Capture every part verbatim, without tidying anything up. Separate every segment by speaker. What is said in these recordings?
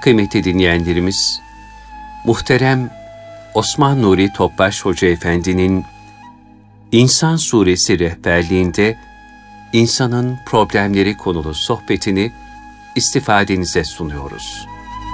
Speaker 1: Kıymetli dinleyenlerimiz, muhterem Osman Nuri Topbaş Hoca Efendi'nin İnsan Suresi rehberliğinde insanın problemleri konulu sohbetini istifadenize sunuyoruz.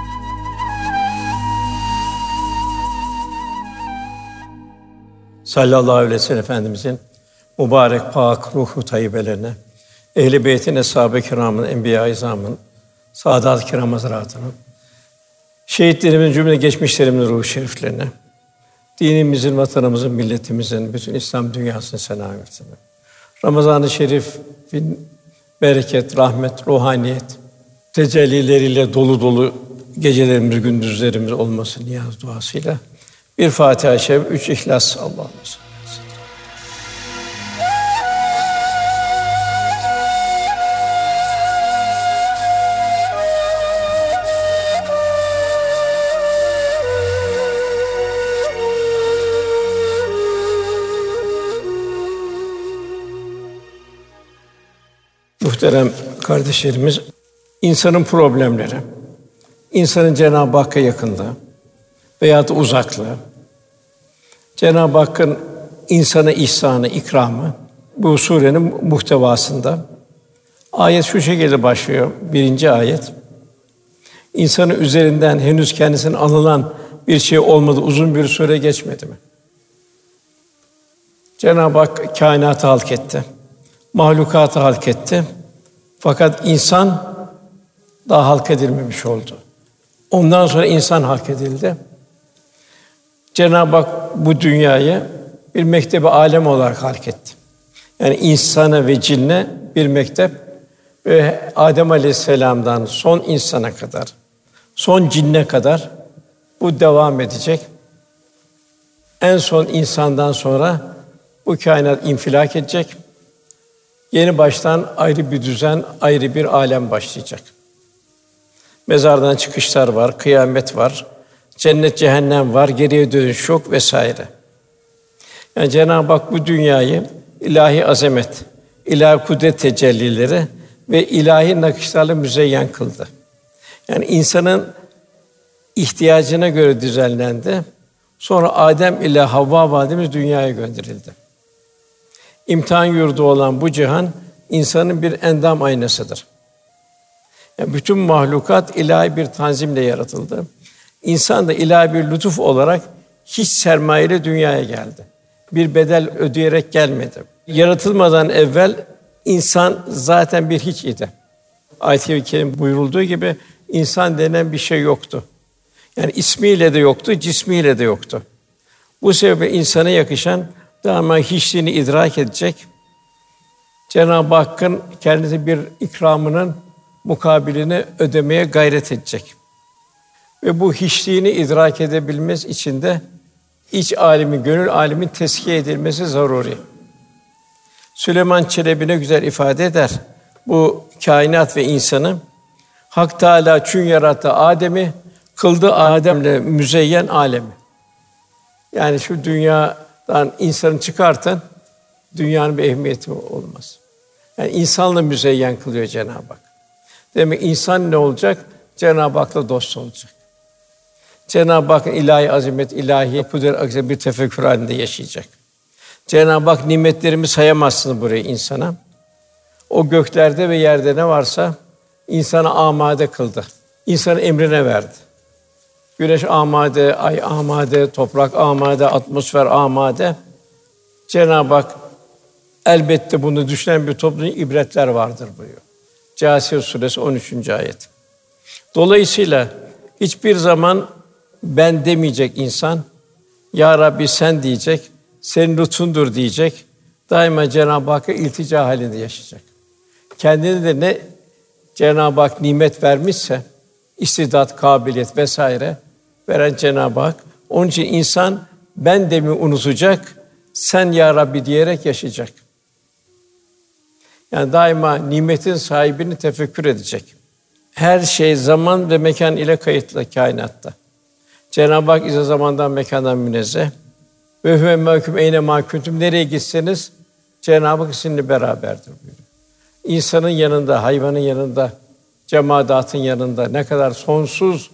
Speaker 2: Sallallahu aleyhi ve sellem Efendimizin mübarek pak ruhu tayyibelerine, ehl-i beytin, eshab-ı kiramın, enbiya-i izamın, saadat-ı kiram hazretlerinin, şehitlerimizin cümle geçmişlerimizin ruhu şeriflerine, dinimizin, vatanımızın, milletimizin, bütün İslam dünyasının selametine, Ramazan-ı Şerif'in bereket, rahmet, ruhaniyet, tecellileriyle dolu dolu gecelerimiz, gündüzlerimiz olması niyaz duasıyla bir Fatiha-i Şerif, üç İhlas. Allah'ımız. Muhterem kardeşlerimiz, insanın problemleri, insanın Cenab-ı Hakk'a yakınlığı veya da uzaklığı, Cenab-ı Hakk'ın insana ihsanı, ikramı bu surenin muhtevasında. Ayet şu şekilde başlıyor. Birinci ayet. İnsanın üzerinden henüz kendisine anılan bir şey olmadı, uzun bir süre geçmedi mi? Cenab-ı Hak kainatı halk etti. Mahlukatı halk etti. Fakat insan daha halk edilmemiş oldu. Ondan sonra insan halk edildi. Cenab-ı Hak bu dünyayı bir mektep-i alem olarak halk etti. Yani insana ve cinne bir mektep ve Adem Aleyhisselam'dan son insana kadar, son cinne kadar bu devam edecek. En son insandan sonra bu kainat infilak edecek. Yeni baştan ayrı bir düzen, ayrı bir alem başlayacak. Mezardan çıkışlar var, kıyamet var, cennet, cehennem var, geriye dönüş yok vesaire. Yani Cenab-ı Hak bu dünyayı ilahi azamet, ilahi kudret tecellileri ve ilahi nakışlarla müzeyyen kıldı. Yani insanın ihtiyacına göre düzenlendi. Sonra Adem ile Havva validemiz dünyaya gönderildi. İmtihan yurdu olan bu cihan insanın bir endam aynasıdır. Yani bütün mahlukat ilahi bir tanzimle yaratıldı. İnsan da ilahi bir lütuf olarak hiç sermayeyle dünyaya geldi. Bir bedel ödeyerek gelmedi. Yaratılmadan evvel insan zaten bir hiç idi. Ayet-i kerime buyurulduğu gibi insan denen bir şey yoktu. Yani ismiyle de yoktu, cismiyle de yoktu. Bu sebeple insana yakışan daima hiçliğini idrak edecek. Cenab-ı Hakk'ın kendisi bir ikramının mukabilini ödemeye gayret edecek. Ve bu hiçliğini idrak edebilmesi için de iç âlimin, gönül âlimin tezkiye edilmesi zaruri. Süleyman Çelebi ne güzel ifade eder. Bu kainat ve insanı Hak Teâlâ çün yarattı Adem'i, kıldı Adem'le müzeyyen âlemi. Yani şu dünyadan insanı çıkartın, dünyanın bir ehemmiyeti olmaz. Yani insanla müzeyyen kılıyor Cenab-ı Hak. Demek insan ne olacak? Cenab-ı Hak'la dost olacak. Cenab-ı Hakk'ın ilahi azamet, ilahi kudret aksine bir tefekkür halinde yaşayacak. Cenab-ı Hak nimetlerimi sayamazsınız buraya insana. O göklerde ve yerde ne varsa insana amade kıldı. İnsanın emrine verdi. Güneş amade, ay amade, toprak amade, atmosfer amade. Cenab-ı Hak elbette bunu düşünen bir toplumun ibretler vardır buyuruyor. Câsiye Suresi on üçüncü ayet. Dolayısıyla hiçbir zaman ben demeyecek insan, Ya Rabbi sen diyecek, senin lütfundur diyecek. Daima Cenab-ı Hakk'a iltica halinde yaşayacak. Kendine de ne Cenab-ı Hak nimet vermişse, istidat, kabiliyet vesaire veren Cenab-ı Hak. Onun için insan ben de mi unutacak, sen Ya Rabbi diyerek yaşayacak. Yani daima nimetin sahibini tefekkür edecek. Her şey zaman ve mekan ile kayıtlı kainatta. Cenab-ı Hak ise zamandan mekandan münezzeh. Ve huve mâkûm eyne mâ kuntum, nereye gitseniz Cenab-ı Hak sizinle beraberdir buyuruyor. İnsanın yanında, hayvanın yanında, cemaatın yanında ne kadar sonsuz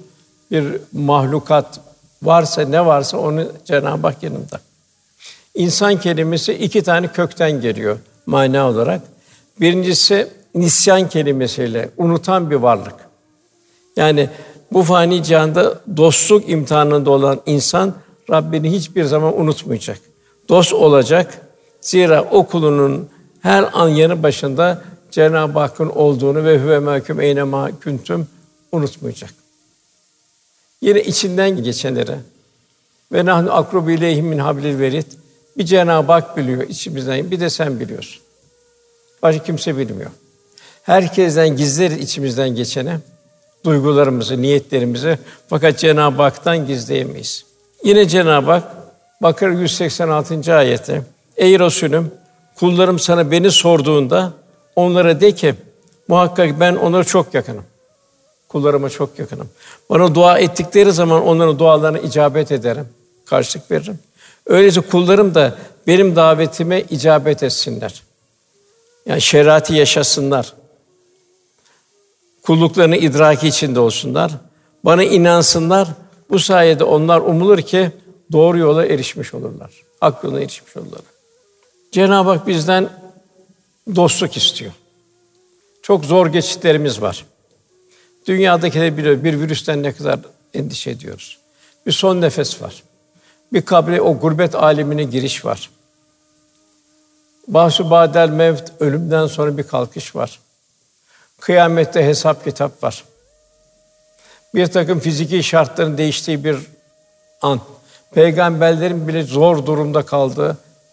Speaker 2: bir mahlukat varsa, ne varsa onu Cenab-ı Hak yanında. İnsan kelimesi iki tane kökten geliyor mana olarak. Birincisi nisyan kelimesiyle unutan bir varlık. Yani bu fani cihanda dostluk imtihanında olan insan Rabbini hiçbir zaman unutmayacak. Dost olacak. Zira o kulunun her an yanı başında Cenab-ı Hakk'ın olduğunu ve huve mâküm eyne mâ kuntum unutmayacak. Yine içinden geçenleri ve nahnu akrubu ileyhi min hablil verid. Bir Cenab-ı Hak biliyor içimizden, bir de sen biliyorsun. Başka kimse bilmiyor. Herkesten gizleriz içimizden geçeni, duygularımızı, niyetlerimizi, fakat Cenab-ı Hak'tan gizleyemeyiz. Yine Cenab-ı Hak Bakara yüz seksen altıncı ayette ey Resulüm, kullarım sana beni sorduğunda onlara de ki muhakkak ben onlara çok yakınım. Kullarıma çok yakınım. Bana dua ettikleri zaman onların dualarına icabet ederim, karşılık veririm. Öyleyse kullarım da benim davetime icabet etsinler. Yani şeriatı yaşasınlar. Kulluklarını idraki içinde olsunlar. Bana inansınlar. Bu sayede onlar umulur ki doğru yola erişmiş olurlar. Hak yoluna erişmiş olurlar. Cenab-ı Hak bizden dostluk istiyor. Çok zor geçitlerimiz var. Dünyadakileri biliyor. Bir virüsten ne kadar endişe ediyoruz. Bir son nefes var. Bir kabre, o gurbet alemine giriş var. Bahsü ba'del mevt, ölümden sonra bir kalkış var. Kıyamette hesap kitap var. Bir takım fiziki şartların değiştiği bir an. Peygamberlerin bile zor durumda kaldığı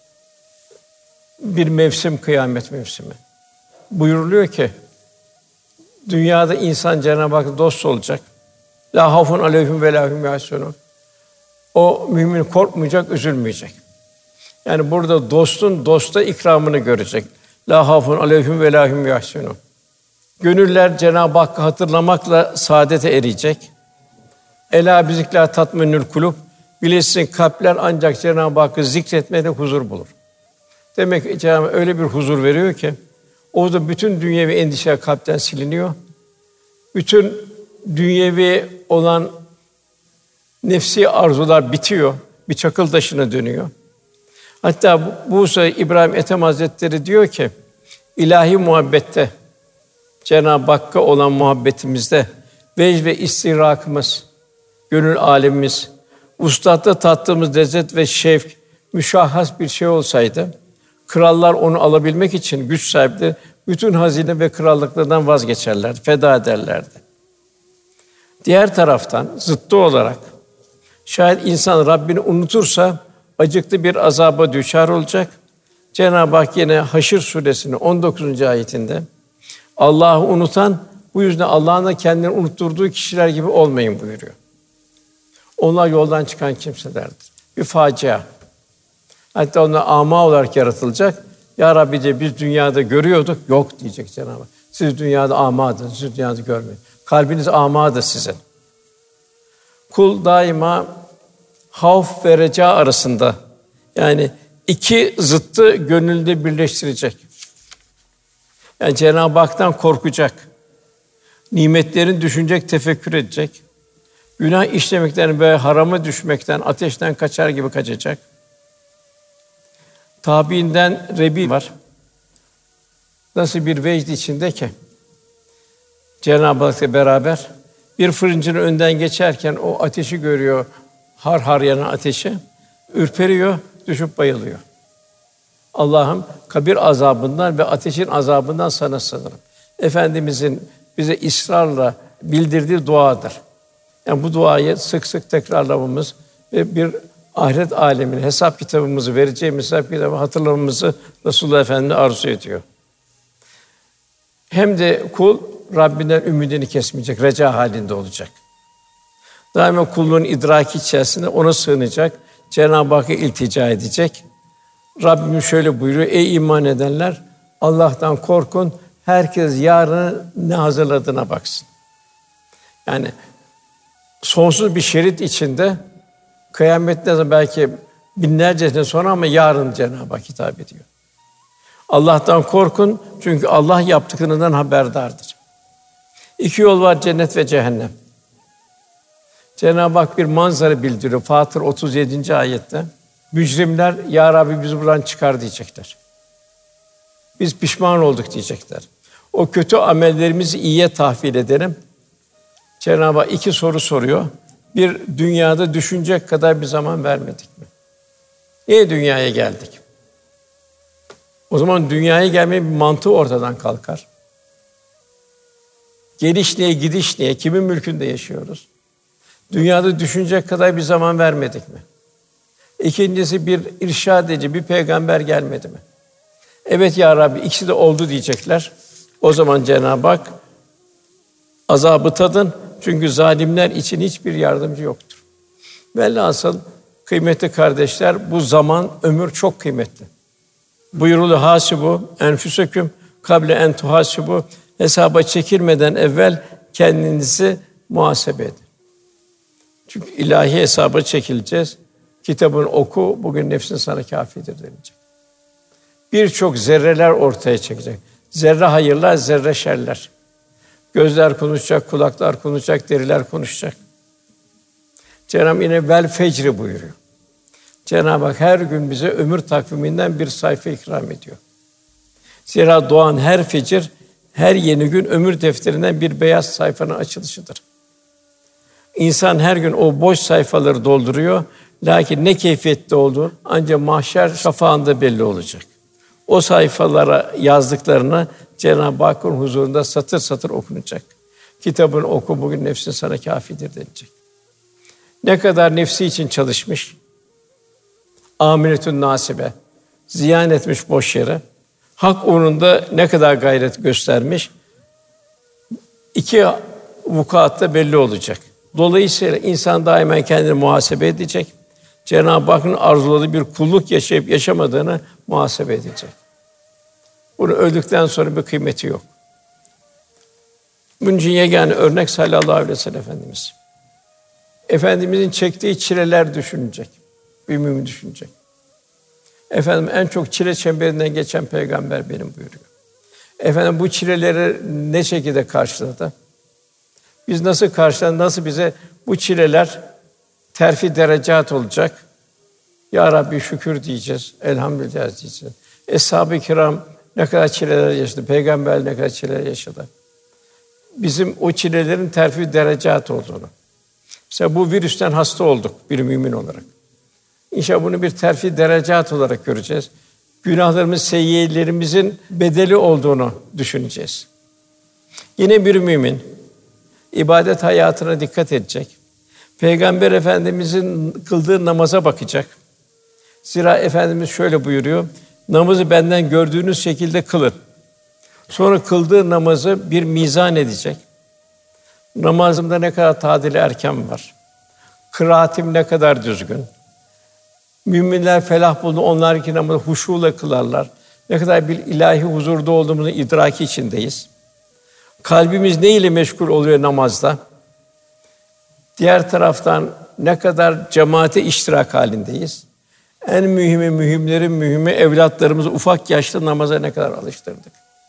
Speaker 2: bir mevsim, kıyamet mevsimi. Buyuruluyor ki dünyada insan Cenab-ı Hak'la dost olacak. La havfun aleyhim ve la hum yahzunun. O mümin korkmayacak, üzülmeyecek. Yani burada dostun dosta ikramını görecek. La havfun aleyhim ve la hum yahzunun. Gönüller Cenab-ı Hakk'ı hatırlamakla saadete eriyecek. Ela bizikla tatminül kulub. Bilirsin kalpler ancak Cenab-ı Hakk'ı zikretmede huzur bulur. Demek ki Cenab-ı Hak öyle bir huzur veriyor ki orada bütün dünyevi endişeler kalpten siliniyor. Bütün dünyevi olan nefsi arzular bitiyor. Bir çakıl taşına dönüyor. Hatta Musa İbrahim Ethem Hazretleri diyor ki ilahi muhabbette Cenab-ı Hakk'a olan muhabbetimizde vecd ve istihrakımız, gönül alemimiz, ustatta tattığımız lezzet ve şevk müşahhas bir şey olsaydı, krallar onu alabilmek için güç sahipleri bütün hazine ve krallıklardan vazgeçerlerdi, feda ederlerdi. Diğer taraftan zıttı olarak şayet insan Rabbini unutursa acıklı bir azaba düçar olacak. Cenab-ı Hak yine Haşr suresinin on dokuzuncu ayetinde Allah'ı unutan bu yüzden Allah'ın da kendini unutturduğu kişiler gibi olmayın buyuruyor. Onlar yoldan çıkan kimselerdir. Bir facia. Hatta onlar âmâ olarak yaratılacak. Ya Rabbi diye biz dünyada görüyorduk, yok diyecek Cenab-ı Hak. Siz dünyada âmâdınız, siz dünyada görmeyin. Kalbiniz âmâdır sizin. Kul daima havf ve reca arasında, yani iki zıttı gönülde birleştirecek. Yani Cenab-ı Hak'tan korkacak, nimetlerini düşünecek, tefekkür edecek, günah işlemekten ve harama düşmekten, ateşten kaçar gibi kaçacak. Tabiinden Rebi var. Nasıl bir vecd içinde ki Cenab-ı Hak'la beraber bir fırıncının önden geçerken o ateşi görüyor, har har yanan ateşi, ürperiyor, düşüp bayılıyor. Allah'ım kabir azabından ve ateşin azabından sana sığınırım. Efendimizin bize ısrarla bildirdiği duadır. Yani bu duayı sık sık tekrarlamamız ve bir ahiret alemine hesap kitabımızı vereceğimiz hesap kitabı hatırlamamızı Resulullah Efendimiz arzu ediyor. Hem de kul Rabbinden ümidini kesmeyecek, reca halinde olacak. Daima kulluğun idraki içerisinde ona sığınacak, Cenab-ı Hakk'a iltica edecek. Rabbim şöyle buyuruyor: Ey iman edenler, Allah'tan korkun. Herkes yarını ne hazırladığına baksın. Yani sonsuz bir şerit içinde kıyametten belki binlerce sene sonra ama yarın Cenab-ı Hak hitap ediyor. Allah'tan korkun çünkü Allah yaptıklarından haberdardır. İki yol var, cennet ve cehennem. Cenab-ı Hak bir manzara bildiriyor Fatır otuz yedinci ayette. Mücrimler ya Rabbi bizi buradan çıkar diyecekler. Biz pişman olduk diyecekler. O kötü amellerimizi iyiye tahvil edelim. Cenab-ı Hak iki soru soruyor. Bir, dünyada düşünecek kadar bir zaman vermedik mi? Niye dünyaya geldik? O zaman dünyaya gelmenin bir mantığı ortadan kalkar. Geliş niye, gidiş niye? Kimin mülkünde yaşıyoruz? Dünyada düşünecek kadar bir zaman vermedik mi? İkincisi, bir irşad edici, bir peygamber gelmedi mi? Evet ya Rabbi, ikisi de oldu diyecekler. O zaman Cenab-ı Hak azabı tadın çünkü zalimler için hiçbir yardımcı yoktur. Velhasıl kıymetli kardeşler, bu zaman, ömür çok kıymetli. Buyurulu hasibu enfüseküm kable en tuhasibu, hesaba çekilmeden evvel kendinizi muhasebe edin. Çünkü ilahi hesaba çekileceğiz. Kitabını oku, bugün nefsin sana kâfidir denilecek. Birçok zerreler ortaya çıkacak. Zerre hayırlar, zerre şerler. Gözler konuşacak, kulaklar konuşacak, deriler konuşacak. Cenab-ı Hak yine vel fecri buyuruyor. Cenab-ı Hak her gün bize ömür takviminden bir sayfa ikram ediyor. Zira doğan her fecir, her yeni gün ömür defterinden bir beyaz sayfanın açılışıdır. İnsan her gün o boş sayfaları dolduruyor. Lakin ne keyfiyette olduğu ancak mahşer şafağında belli olacak. O sayfalara yazdıklarını Cenab-ı Hakk'ın huzurunda satır satır okunacak. Kitabını oku, bugün nefsin sana kâfidir denilecek. Ne kadar nefsi için çalışmış, âmiletün nâsibe, ziyan etmiş boş yere, hak uğrunda ne kadar gayret göstermiş, iki vukuatta belli olacak. Dolayısıyla insan daima kendini muhasebe edecek. Cenab-ı Hakk'ın arzuladığı bir kulluk yaşayıp yaşamadığını muhasebe edecek. Bunu öldükten sonra bir kıymeti yok. Bunun için yegâne örnek sallallahu aleyhi ve sellem Efendimiz. Efendimizin çektiği çileler düşünecek. Bir mümin düşünecek. Efendim en çok çile çemberinden geçen peygamber benim buyuruyor. Efendim bu çileleri ne şekilde karşıladı? Biz nasıl karşıladık? Nasıl bize bu çileler terfi derecat olacak? Ya Rabbi şükür diyeceğiz, elhamdülillah diyeceğiz. Eshab-ı kiram ne kadar çileler yaşadı, peygamber ne kadar çileler yaşadı. Bizim o çilelerin terfi derecat olduğunu. Mesela bu virüsten hasta olduk bir mümin olarak. İnşallah bunu bir terfi derecat olarak göreceğiz. Günahlarımız, seyyielerimizin bedeli olduğunu düşüneceğiz. Yine bir mümin ibadet hayatına dikkat edecek. Peygamber Efendimizin kıldığı namaza bakacak. Zira Efendimiz şöyle buyuruyor: namazı benden gördüğünüz şekilde kılın. Sonra kıldığı namazı bir mizan edecek. Namazımda ne kadar tadil-i erkâm var. Kıraatim ne kadar düzgün. Müminler felah buldu, onlarınki namazı huşûla kılarlar. Ne kadar bir ilahi huzurda olduğumuzun idraki içindeyiz. Kalbimiz ne ile meşgul oluyor namazda? Diğer taraftan ne kadar cemaate iştirak halindeyiz? En mühimi, mühimlerin mühimi evlatlarımızı ufak yaşta namaza ne kadar alıştırdık?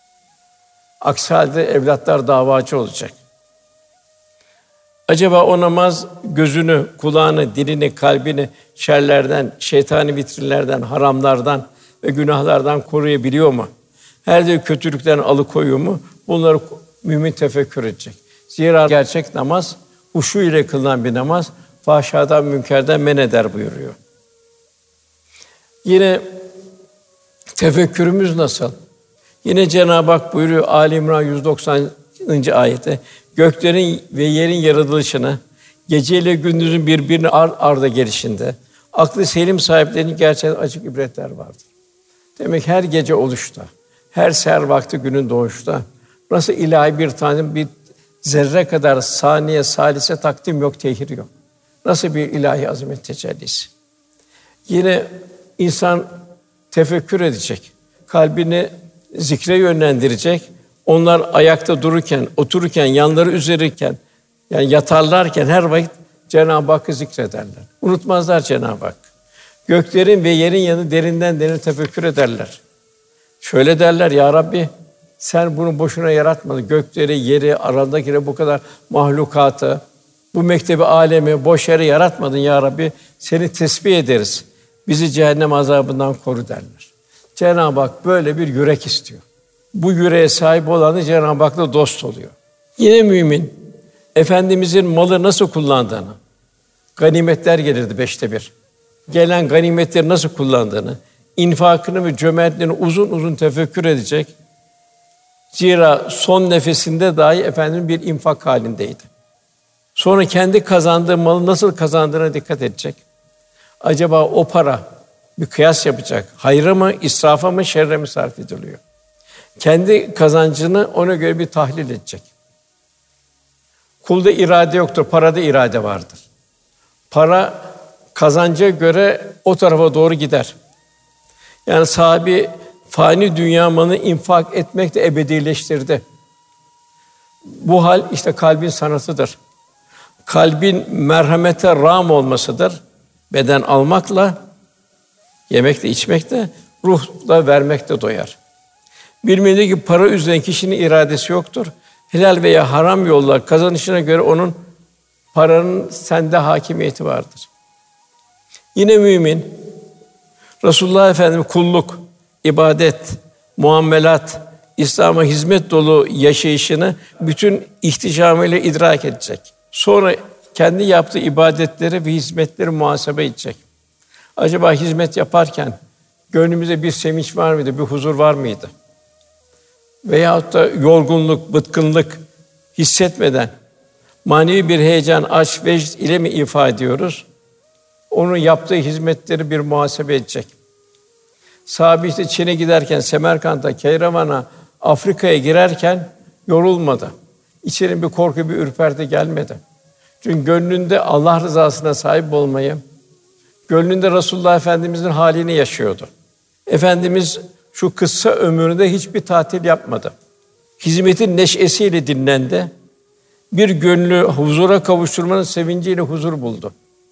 Speaker 2: Aksi halde evlatlar davacı olacak. Acaba o namaz gözünü, kulağını, dilini, kalbini şerlerden, şeytani vitrinlerden, haramlardan ve günahlardan koruyabiliyor mu? Her de kötülükten alıkoyuyor mu? Bunları mümin tefekkür edecek. Zira gerçek namaz huşu ile kılınan bir namaz, fahşadan, münkerden men eder buyuruyor. Yine tefekkürümüz nasıl? Yine Cenab-ı Hak buyuruyor Ali İmran yüz doksanıncı ayette, göklerin ve yerin yaratılışını, geceyle gündüzün birbirine ard arda gelişinde, aklı selim sahiplerinin gerçekten açık ibretler vardır. Demek her gece oluşta, her seher vakti günün doğuşta, nasıl ilahi bir tanrı bir zerre kadar saniye, salise takdim yok, tehir yok. Nasıl bir ilahi azamet tecellisi. Yine insan tefekkür edecek, kalbini zikre yönlendirecek. Onlar ayakta dururken, otururken, yanları üzeriyken, yani yatarlarken her vakit Cenab-ı Hakk'ı zikrederler. Unutmazlar Cenab-ı Hak. Göklerin ve yerin yanı derinden derine tefekkür ederler. Şöyle derler: Ya Rabbi, sen bunu boşuna yaratmadın. Gökleri, yeri, arandakileri bu kadar mahlukatı Bu mektebi alemi boş yere yaratmadın ya Rabbi. Seni tesbih ederiz. Bizi cehennem azabından koru derler. Cenab-ı Hak böyle bir yürek istiyor. Bu yüreğe sahip olanı Cenab-ı Hak'la dost oluyor. Yine mümin, Efendimizin malı nasıl kullandığını, ganimetler gelirdi beşte bir. Gelen ganimetleri nasıl kullandığını, infakını ve cömertliğini uzun uzun tefekkür edecek. Zira son nefesinde dahi Efendimiz bir infak halindeydi. Sonra kendi kazandığı malı nasıl kazandığına dikkat edecek. Acaba o para bir kıyas yapacak. Hayra mı, israfa mı, şerre mi sarf ediliyor? Kendi kazancını ona göre bir tahlil edecek. Kulda irade yoktur, parada irade vardır. Para kazanca göre o tarafa doğru gider. Yani sahibi fani dünya malını infak etmek de ebedileştirdi. Bu hal işte kalbin sanatıdır. Kalbin merhamete rağm olmasıdır. Beden almakla, yemekle, içmekle, ruhla vermekle doyar. Bilmediği gibi para üzerine kişinin iradesi yoktur. Helal veya haram yollar kazanışına göre onun paranın sende hakimiyeti vardır. Yine mümin, Resulullah Efendimiz kulluk, ibadet, muamelat, İslam'a hizmet dolu yaşayışını bütün ihtişamıyla idrak edecek. Sonra kendi yaptığı ibadetleri ve hizmetleri muhasebe edecek. Acaba hizmet yaparken gönlümüzde bir sevinç var mıydı, bir huzur var mıydı? Veyahut da yorgunluk, bıkkınlık hissetmeden manevi bir heyecan, aşk, vecd ile mi ifade ediyoruz? Onun yaptığı hizmetleri bir muhasebe edecek. Sahabe işte Çin'e giderken, Semerkant'a, Keyravan'a, Afrika'ya girerken yorulmadı. İçine bir korku, bir ürperti gelmedi. Çünkü gönlünde Allah rızasına sahip olmayı, gönlünde Resulullah Efendimizin halini yaşıyordu. Efendimiz şu kısa ömründe hiçbir tatil yapmadı. Hizmetin neşesiyle dinlendi. Bir gönlü huzura kavuşturmanın sevinciyle huzur buldu.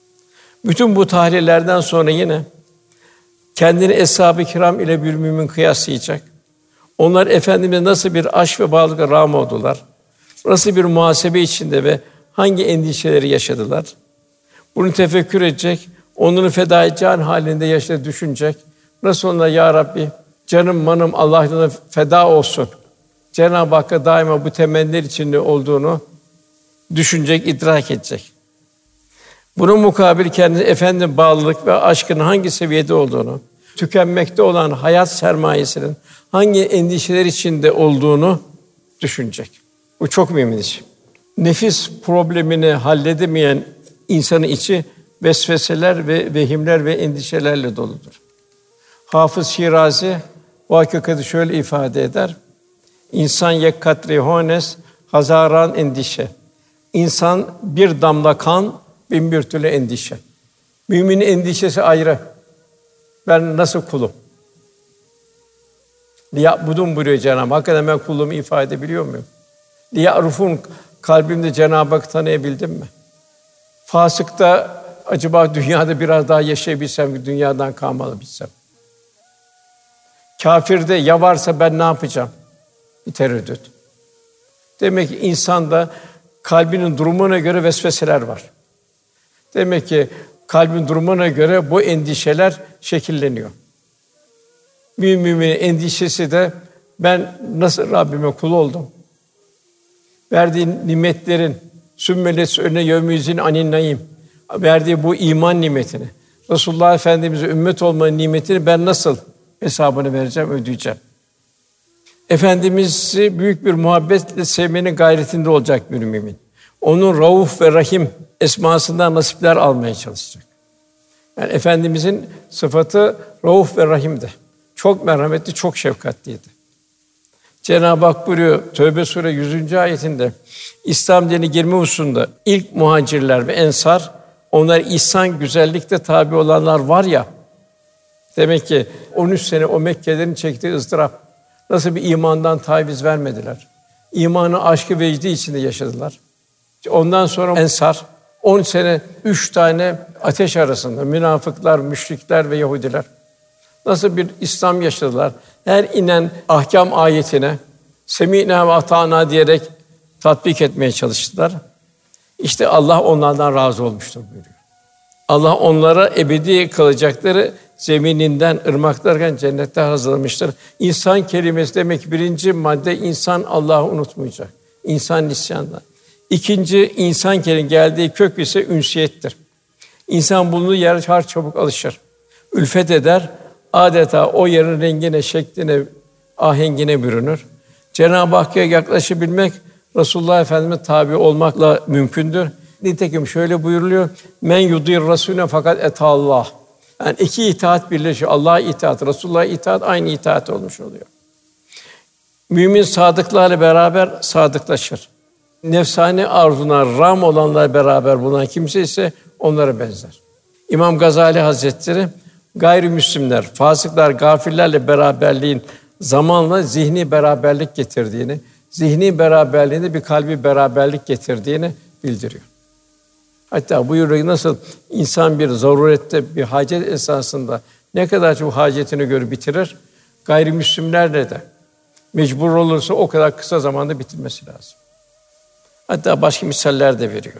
Speaker 2: Bütün bu tahlillerden sonra yine kendini eshab-ı kiram ile bir mümin kıyaslayacak. Onlar Efendimiz'e nasıl bir aşk ve bağlılıkla rağm oldular? Nasıl bir muhasebe içinde ve hangi endişeleri yaşadılar? Bunu tefekkür edecek, onların fedaican halinde yaşadığı düşünecek. Nasıl onlar ya Rabbi canım manım Allah yolunda feda olsun. Cenab-ı Hakk'a daima bu temenniler içinde olduğunu düşünecek, idrak edecek. Bunun mukabil kendisi Efendimiz'e bağlılık ve aşkın hangi seviyede olduğunu, tükenmekte olan hayat sermayesinin hangi endişeler içinde olduğunu düşünecek. Bu çok mühim iş. Nefis problemini halledemeyen insanın içi vesveseler ve vehimler ve endişelerle doludur. Hafız Şirazi bu hakikati şöyle ifade eder. İnsan yek katri hones hazaran endişe. İnsan bir damla kan, bin bir türlü endişe. Müminin endişesi ayrı. Ben nasıl kulum? Liya'budun buyuruyor Cenab-ı Hak. Hakikaten ben kulluğumu ifade edebiliyor muyum? Liya'rufun, kalbimde Cenab-ı Hak'ı tanıyabildim mi? Fasıkta acaba dünyada biraz daha yaşayabilsem, dünyadan kâm alabilsem. Kâfirde ya varsa ben ne yapacağım? Bir tereddüt. Demek ki insanda kalbinin durumuna göre vesveseler var. Demek ki kalbin durumuna göre bu endişeler şekilleniyor. Müminin endişesi de ben nasıl Rabbime kul oldum? Verdiği nimetlerin sümmelet önüne yevmüzin anin naim. Verdiği bu iman nimetini, Resulullah Efendimiz'e ümmet olmanın nimetini ben nasıl hesabını vereceğim, ödeyeceğim? Efendimiz'i büyük bir muhabbetle sevmenin gayretinde olacak bir mümin. Onun Rauf ve Rahim esmasından nasipler almaya çalışacak. Yani Efendimiz'in sıfatı Rauf ve Rahim'di. Çok merhametli, çok şefkatliydi. Cenab-ı Hak buyuruyor Tevbe Sûre yüzüncü ayetinde İslam dinine girme hususunda ilk muhacirler ve ensar, onlar ihsan, güzellikte tabi olanlar var ya. Demek ki on üç sene o Mekkelilerin çektiği ızdırap, nasıl bir imandan taviz vermediler. İmanı aşkı vecdi içinde yaşadılar. Ondan sonra ensar on sene üç tane ateş arasında münafıklar, müşrikler ve Yahudiler nasıl bir İslam yaşadılar. Her inen ahkam ayetine semînâ ve atâna diyerek tatbik etmeye çalıştılar. İşte Allah onlardan razı olmuştur buyuruyor. Allah onlara ebedi kalacakları zemininden ırmaklarken cennette hazırlamıştır. İnsan kelimesi demek ki birinci madde insan Allah'ı unutmayacak. İnsan nisyanda. İkinci insan kelimesi geldiği kök ise ünsiyettir. İnsan bulunduğu yer har çabuk alışır. Ülfet eder. Adeta o yerin rengine, şekline, ahengine bürünür. Cenab-ı Hakk'a yaklaşabilmek Resulullah Efendimiz tabi olmakla mümkündür. Nitekim şöyle buyuruluyor: "Men yudir Rasûle fakat eta Allah." Yani iki itaat birleşiyor. Allah'a itaat, Resulullah'a itaat aynı itaat olmuş oluyor. Mümin sadıklarla beraber sadıklaşır. Nefsani arzuna ram olanlarla beraber bulunan kimse ise onlara benzer. İmam Gazali Hazretleri gayrimüslimler, fasıklar, gafillerle beraberliğin zamanla zihni beraberlik getirdiğini, zihni beraberliğinde bir kalbi beraberlik getirdiğini bildiriyor. Hatta buyuruyor nasıl insan bir zarurette, bir hacet esasında ne kadar çok hacetini görüp bitirir, gayrimüslimlerle de mecbur olursa o kadar kısa zamanda bitirmesi lazım. Hatta başka misaller de veriyor.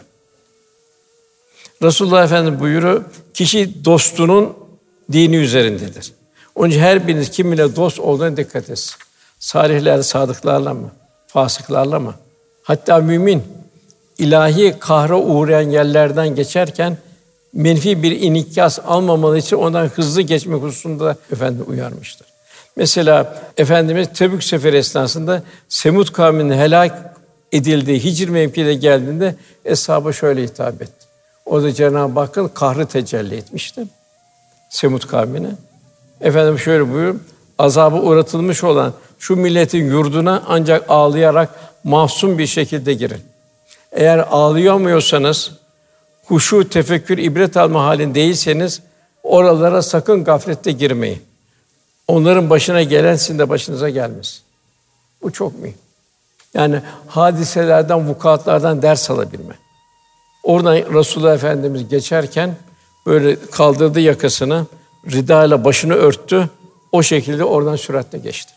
Speaker 2: Resulullah Efendimiz buyuruyor, kişi dostunun dini üzerindedir. Onun için her biriniz kiminle dost olduğuna dikkat etsin. Salihler, sadıklarla mı? Fasıklarla mı? Hatta mümin ilahi kahra uğrayan yerlerden geçerken menfi bir inikas almamalı için ondan hızlı geçmek hususunda Efendimiz uyarmıştır. Mesela Efendimiz Tebük seferi esnasında Semud kavminin helak edildiği Hicr mevkiine geldiğinde eshaba şöyle hitap etti. Orada Cenab-ı Hakk'ın kahrı tecelli etmişti Semud kavmine. Efendimiz şöyle buyuruyor: azabı uğratılmış olan şu milletin yurduna ancak ağlayarak mahzun bir şekilde girin. Eğer ağlayamıyorsanız, huşu, tefekkür, ibret alma halinde değilseniz oralara sakın gaflette girmeyin. Onların başına gelen sizin de başınıza gelmesin. Bu çok mühim. Yani hadiselerden, vukuatlardan ders alabilme. Oradan Resulullah Efendimiz geçerken böyle kaldırdı yakasını, ridayla başını örttü. O şekilde oradan süratle geçti.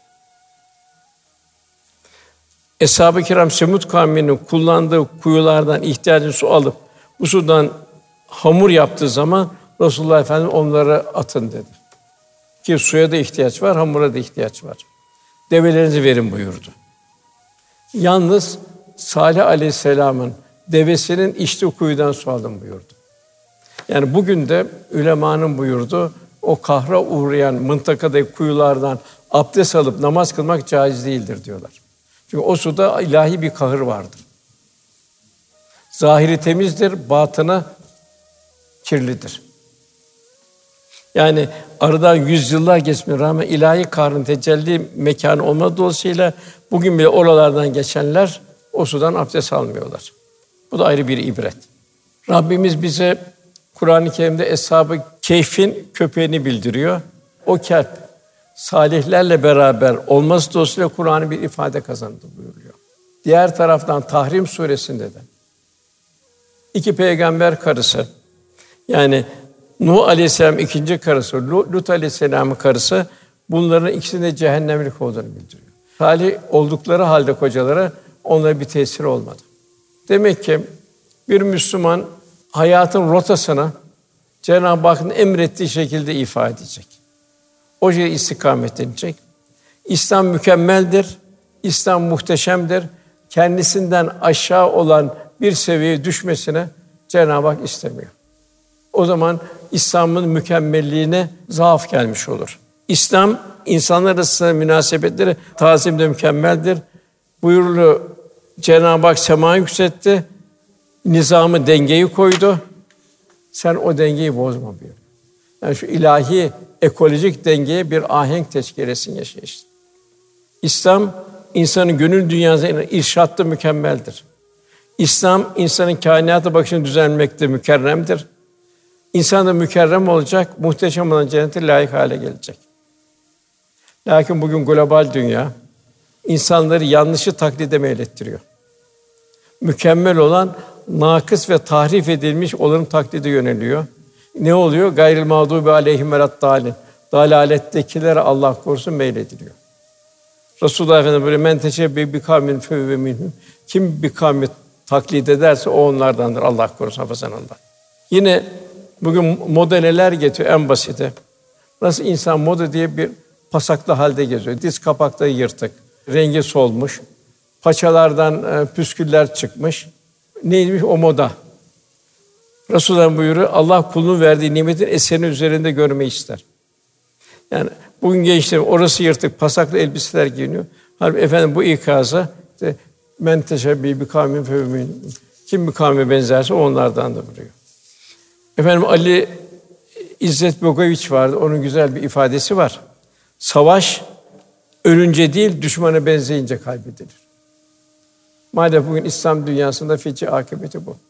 Speaker 2: Eshab-ı Kiram Semud kavminin kullandığı kuyulardan ihtiyacı su alıp bu sudan hamur yaptığı zaman Resulullah Efendimiz onlara atın dedi. Ki suya da ihtiyaç var, hamura da ihtiyaç var. Develerinizi verin buyurdu. Yalnız Salih Aleyhisselam'ın devesinin içtiği kuyudan su alın buyurdu. Yani bugün de ülemanın buyurdu, o kahra uğrayan mıntakadaki kuyulardan abdest alıp namaz kılmak caiz değildir diyorlar. Çünkü o suda ilahi bir kahır vardır. Zahiri temizdir, batını kirlidir. Yani aradan yüzyıllar geçmesine rağmen ilahi kahrın tecelli mekanı olmadığı dolayısıyla bugün bile oralardan geçenler o sudan abdest almıyorlar. Bu da ayrı bir ibret. Rabbimiz bize Kur'an-ı Kerim'de Eshab-ı Kehf'in köpeğini bildiriyor. O kelp salihlerle beraber olması dolayısıyla Kur'an'ı bir ifade kazandı buyuruyor. Diğer taraftan Tahrim suresinde de iki peygamber karısı, yani Nuh Aleyhisselam ikinci karısı, Lut Aleyhisselam'ın karısı, bunların ikisinin de cehennemlik olduğunu bildiriyor. Salih oldukları halde kocalara onlara bir tesiri olmadı. Demek ki bir Müslüman hayatın rotasını Cenab-ı Hakk'ın emrettiği şekilde ifade edecek. O şekilde istikamet edecek. İslam mükemmeldir, İslam muhteşemdir. Kendisinden aşağı olan bir seviyeye düşmesine Cenab-ı Hak istemiyor. O zaman İslam'ın mükemmelliğine zaaf gelmiş olur. İslam insanlar arasında münasebetleri tazimde mükemmeldir. Buyuruluyor, Cenab-ı Hak semayı yükseltti, nizamı dengeyi koydu. Sen o dengeyi bozma buyuruyor. Yani şu ilahi ekolojik dengeye bir ahenk teşkil etsin yaşayış. İslam insanın gönül dünyasına irşatta mükemmeldir. İslam insanın kainata bakışını düzenlemekte mükerremdir. İnsan da mükerrem olacak, muhteşem olan cennete layık hale gelecek. Lakin bugün global dünya insanları yanlışı taklide meylettiriyor. Mükemmel olan nakıs ve tahrif edilmiş olanın taklide yöneliyor. Ne oluyor? Gayril mağdûbi aleyhim veleddâlin. Dalalettekilere Allah korusun meylediliyor. Resulullah Efendimiz böyle men teşebbihe bi kavmin fehuve minhum. Kim bir kavmi taklit ederse o onlardandır. Allah korusun, hafazanallah. Yine bugün moda neler getiriyor en basiti. Nasıl insan moda diye bir pasaklı halde geziyor. Diz kapakları yırtık, rengi solmuş, paçalardan püsküller çıkmış. Neymiş o moda? Resulullah buyuruyor, Allah kulunun verdiği nimetin eserini üzerinde görmeyi ister. Yani bugün gençler orası yırtık, pasaklı elbiseler giyiniyor. Halbuki efendim bu ikazı işte men teşebbihe bi kavmin fe huve minhum. Kim bir kavme benzerse onlardan da buyuruyor. Efendim Ali İzzet Bogoviç vardı. Onun güzel bir ifadesi var. Savaş ölünce değil, düşmana benzeyince kaybedilir. Maalesef bugün İslam dünyasında feci akıbeti bu.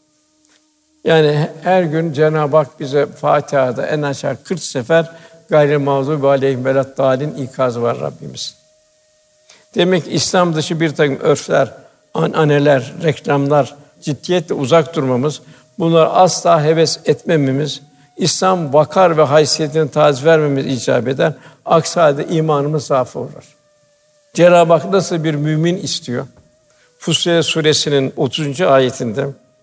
Speaker 2: Yani her gün Cenab-ı Hak bize Fatiha'da en aşağı kırk sefer gayri mağdubi aleyhim veleddâlin ikazı var Rabbimiz. Demek ki İslam dışı bir takım örfler, ananeler, reklamlar, ciddiyetle uzak durmamız, bunlar asla heves etmememiz, İslam vakar ve haysiyetini taviz vermemiz icap eder. Aksi halde imanımız zaaf'a uğrar. Cenab-ı Hak nasıl bir mümin istiyor? Fussilet Suresi'nin otuzuncu ayetinde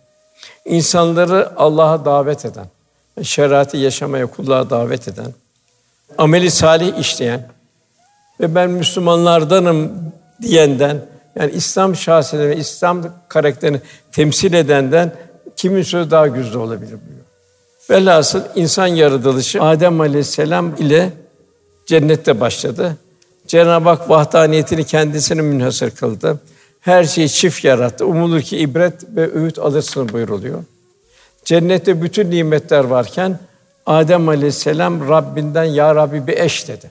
Speaker 2: insanları Allah'a davet eden, şeriatı yaşamaya, kulluğa davet eden, ameli salih işleyen ve ben Müslümanlardanım diyenden, yani İslam şahsiyetini ve İslam karakterini temsil edenden kimin sözü daha güçlü olabilir buyuruyor. Velhasıl insan yaratılışı Adem Aleyhisselam ile cennette başladı. Cenab-ı Hak vahdaniyetini kendisine münhasır kıldı. Her şeyi çift yarattı. Umulur ki ibret ve öğüt alırsın buyuruluyor. Cennette bütün nimetler varken Adem Aleyhisselam Rabbinden ya Rabbi bir eş dedi.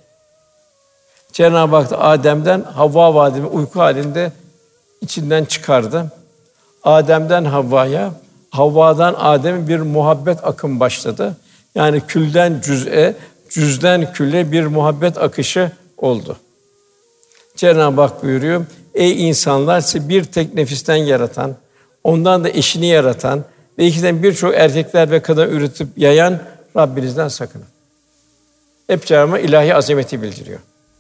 Speaker 2: Cenab-ı Hak da Adem'den Havva vadimi uyku halinde içinden çıkardı. Adem'den Havva'ya, Havva'dan Adem'e bir muhabbet akım başladı. Yani külden cüz'e, cüz'den külle bir muhabbet akışı oldu. Cenab-ı Hak buyuruyor, ey insanlar sizi bir tek nefisten yaratan, ondan da eşini yaratan ve ikisinden birçok erkekler ve kadın üretip yayan Rabbinizden sakının. Hep Cenab-ı Hak ilahi azameti bildiriyor.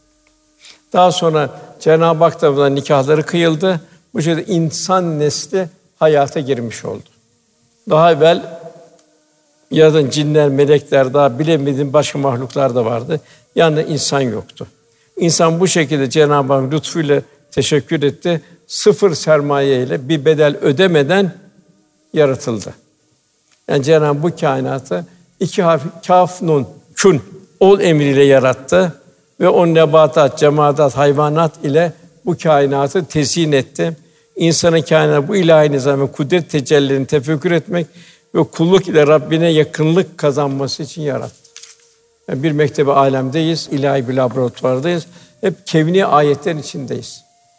Speaker 2: Daha sonra Cenab-ı Hak tarafından nikahları kıyıldı. Bu şekilde insan nesli hayata girmiş oldu. Daha evvel yaratılan cinler, melekler, daha bilemediğim başka mahluklar da vardı. Yani insan yoktu. İnsan bu şekilde Cenab-ı Hak lütfuyla teşekkür etti. Sıfır sermaye ile bir bedel ödemeden yaratıldı. Yani Cenab-ı Hak bu kainatı iki harf kâf nun kün ol emriyle yarattı ve o nebatat, cemaat, hayvanat ile bu kainatı tezyin etti. İnsanın kainatı bu ilahi nizamın kudret tecellilerini tefekkür etmek ve kulluk ile Rabbine yakınlık kazanması için yarattı. Yani bir mektebi âlemdeyiz, ilahi bir laboratuvardayız. Hep kevni ayetlerin içindeyiz.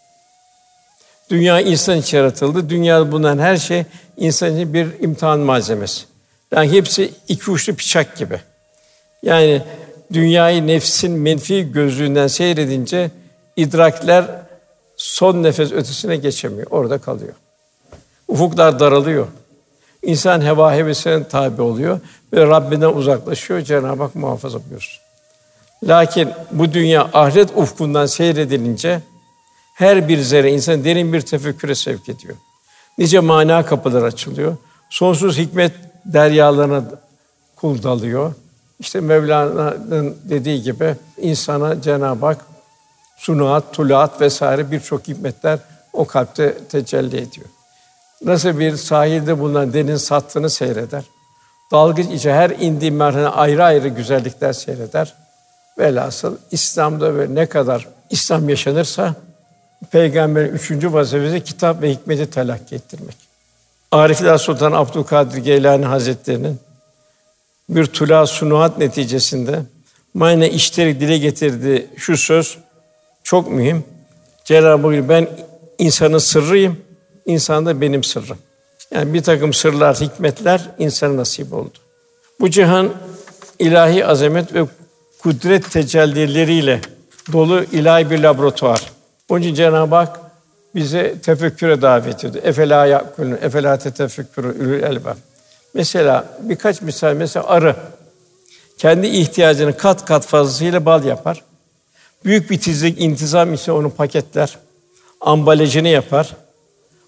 Speaker 2: Dünya insan için yaratıldı. Dünyada bulunan her şey insan için bir imtihan malzemesi. Yani hepsi iki uçlu bıçak gibi. Yani dünyayı nefsin menfi gözlüğünden seyredince idrakler son nefes ötesine geçemiyor. Orada kalıyor. Ufuklar daralıyor. İnsan heva hevesine tabi oluyor ve Rabbinden uzaklaşıyor. Cenab-ı Hak muhafaza buyursun. Lakin bu dünya ahiret ufkundan seyredilince her bir zerre insan derin bir tefekküre sevk ediyor. Nice mana kapılar açılıyor. Sonsuz hikmet deryalarına kul dalıyor. İşte Mevlana'nın dediği gibi insana Cenab-ı Hak sunuat, tuluat vesaire birçok hikmetler o kalpte tecelli ediyor. Nasıl bir sahilde bulunan deniz sattığını seyreder. Dalgıç içe her indiği merhale ayrı ayrı güzellikler seyreder. Velhasıl İslam'da ve ne kadar İslam yaşanırsa Peygamberin üçüncü vazifesi kitap ve hikmeti telakki ettirmek. Arifler Sultan Abdülkadir Geylani Hazretleri'nin bir tula sunuat neticesinde mayne işleri dile getirdiği şu söz çok mühim. Cenab-ı Hak ben insanın sırrıyım, insan da benim sırrım. Yani bir takım sırlar, hikmetler insana nasip oldu. Bu cihan ilahi azamet ve kudret tecellileriyle dolu ilahi bir laboratuvar. Onun için Cenab-ı Hak bize tefekküre davet ediyor. Efela yakulun, efela tetefekkürü ulul elbab. Mesela birkaç misal, mesela arı kendi ihtiyacının kat kat fazlasıyla bal yapar. Büyük bir titizlik, intizam ise onu paketler, ambalajını yapar.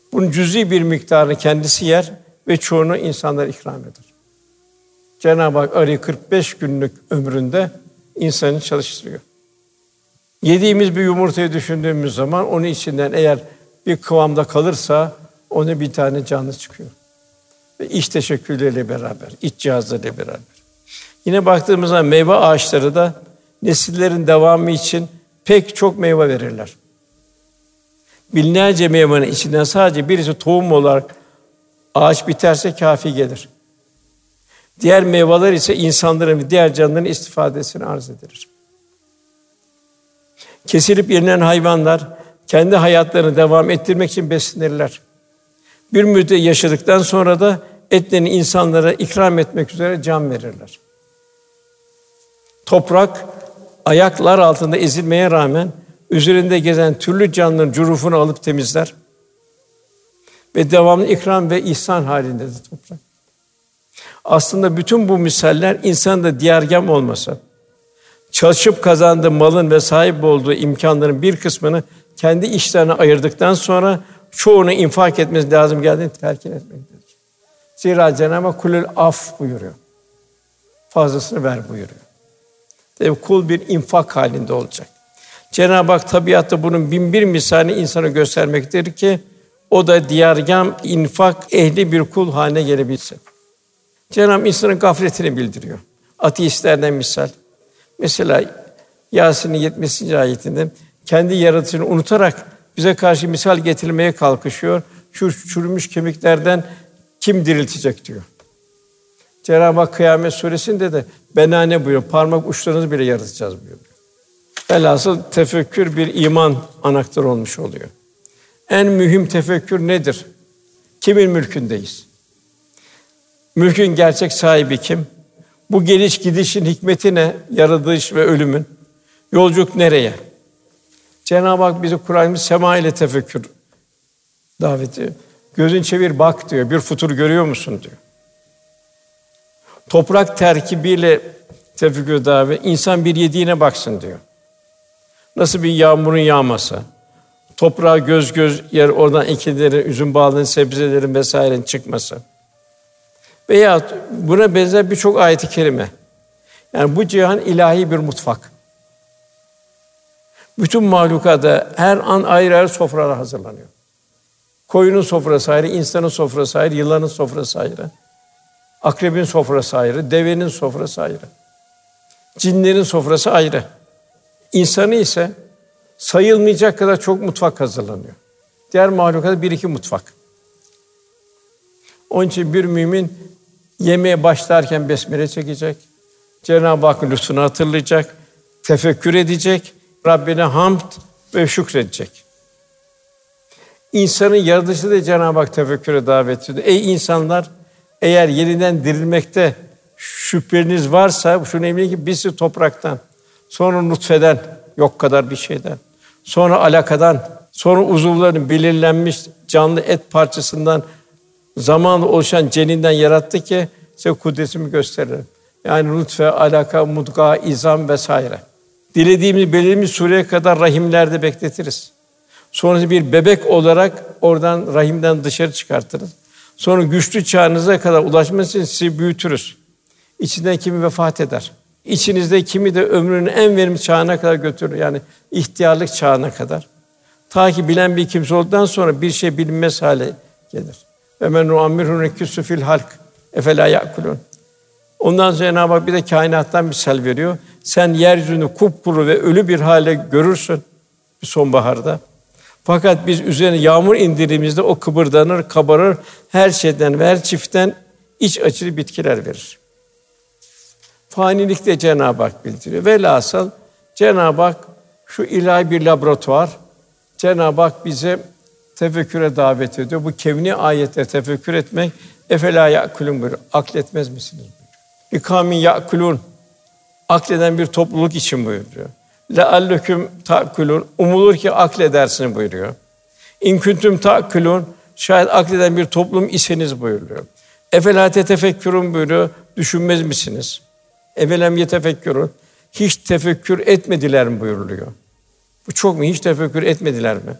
Speaker 2: Bunun cüz'i bir miktarını kendisi yer ve çoğunu insanlara ikram eder. Cenab-ı Hak arayı kırk beş günlük ömründe insanı çalıştırıyor. Yediğimiz bir yumurtayı düşündüğümüz zaman onun içinden eğer bir kıvamda kalırsa ona bir tane canlı çıkıyor. Ve iç teşekkürleriyle beraber, iç cihazlarıyla beraber. Yine baktığımızda meyve ağaçları da nesillerin devamı için pek çok meyve verirler. Binlerce meyvenin içinden sadece birisi tohum olarak ağaç biterse kâfi gelir. Diğer meyveler ise insanların ve diğer canlıların istifadesini arz edilir. Kesilip yenilen hayvanlar kendi hayatlarını devam ettirmek için beslenirler. Bir müddet yaşadıktan sonra da etlerini insanlara ikram etmek üzere can verirler. Toprak ayaklar altında ezilmeye rağmen üzerinde gezen türlü canlıların cürufunu alıp temizler ve devamlı ikram ve ihsan halindedir toprak. Aslında bütün bu misaller insanın da diyargâm olmasa, çalışıp kazandığı malın ve sahip olduğu imkânların bir kısmını kendi işlerine ayırdıktan sonra çoğunu infak etmesi lazım geldiğini telkin etmektedir. Zira Cenab-ı Hak kulül af buyuruyor. Fazlasını ver buyuruyor. Tabii kul bir infak halinde olacak. Cenab-ı Hak tabiatta bunun bin bir misalini insana göstermektedir ki o da diyargâm, infak ehli bir kul haline gelebilsin. Cenab-ı Hak insanın gafletini bildiriyor. Ateistlerden misal. Mesela Yâsin'in yetmişinci ayetinde kendi yaratışını unutarak bize karşı misal getirilmeye kalkışıyor. Şu çürümüş kemiklerden kim diriltecek diyor. Cenab-ı Hak Kıyamet Sûresinde de benâne buyuruyor. Parmak uçlarınızı bile yaratacağız buyuruyor. Velhasıl tefekkür bir iman anahtarı olmuş oluyor. En mühim tefekkür nedir? Kimin mülkündeyiz? Mülkün gerçek sahibi kim? Bu geliş gidişin hikmeti ne? Yaratılış ve ölümün. Yolculuk nereye? Cenab-ı Hak bizi Kur'an-ı sema ile tefekkür daveti. Gözün çevir bak diyor. Bir futur görüyor musun diyor. Toprak terkibiyle tefekkür davet. İnsan bir yediğine baksın diyor. Nasıl bir yağmurun yağması, toprağa göz göz yer oradan ekinlerin, üzüm bağlarının, sebzelerin vesairenin çıkması. Veya buna benzer birçok ayet-i kerime. Yani bu cihan ilahi bir mutfak. Bütün mahlukata her an ayrı ayrı sofralar hazırlanıyor. Koyunun sofrası ayrı, insanın sofrası ayrı, yılanın sofrası ayrı. Akrebin sofrası ayrı, devenin sofrası ayrı. Cinlerin sofrası ayrı. İnsanı ise sayılmayacak kadar çok mutfak hazırlanıyor. Diğer mahlukata bir iki mutfak. Onun için bir mümin yemeğe başlarken besmele çekecek. Cenab-ı Hakk'ın lütfunu hatırlayacak, tefekkür edecek, Rabbine hamd ve şükredecek. İnsanın yaratılışı da Cenab-ı Hak tefekküre davet ediyor. Ey insanlar, eğer yeniden dirilmekte şüpheniz varsa şunu emin ki birisi topraktan, sonra nutfeden, yok kadar bir şeyden, sonra alakadan, sonra uzuvların belirlenmiş canlı et parçasından zamanla oluşan ceninden yarattı ki size kudretimi gösteririm. Yani nutfe, alaka, mudga, izam vesaire. Dilediğimiz belirli sureye kadar rahimlerde bekletiriz. Sonra bir bebek olarak oradan rahimden dışarı çıkartırız. Sonra güçlü çağınıza kadar ulaşması için sizi büyütürüz. İçinden kimi vefat eder. İçinizde kimi de ömrünün en verimli çağına kadar götürür. Yani ihtiyarlık çağına kadar. Ta ki bilen bir kimse olduktan sonra bir şey bilinmez hale gelir. Ve men nuammirhu neküsü fil halk efela yakulun. Ondan sonra Cenab-ı Hak bir de kainattan misal veriyor. Sen yeryüzünü kupkuru ve ölü bir hale görürsün bir sonbaharda. Fakat biz üzerine yağmur indirdiğimizde o kıpırdanır, kabarır, her şeyden ve her çiftten iç açıcı bitkiler verir. Fanilikte Cenab-ı Hak bildiriyor. Velhasıl Cenab-ı Hak şu ilahi bir laboratuvar. Cenab-ı Hak bize tefekküre davet ediyor. Bu kevni ayetleri tefekkür etmek efela yakulun buyuruyor. Akletmez misiniz buyuruyor. Bir kavmin yakulun, akleden bir topluluk için buyuruyor. Lealleküm ta'kulun, umulur ki akledersiniz buyuruyor. İn kuntum ta'kulun, şayet akleden bir toplum iseniz buyuruyor. Efela tetefekkürün buyuruyor. Düşünmez misiniz? Evelem yetefekkürün, hiç tefekkür etmediler mi buyuruluyor. Bu çok mu? Hiç tefekkür etmediler mi?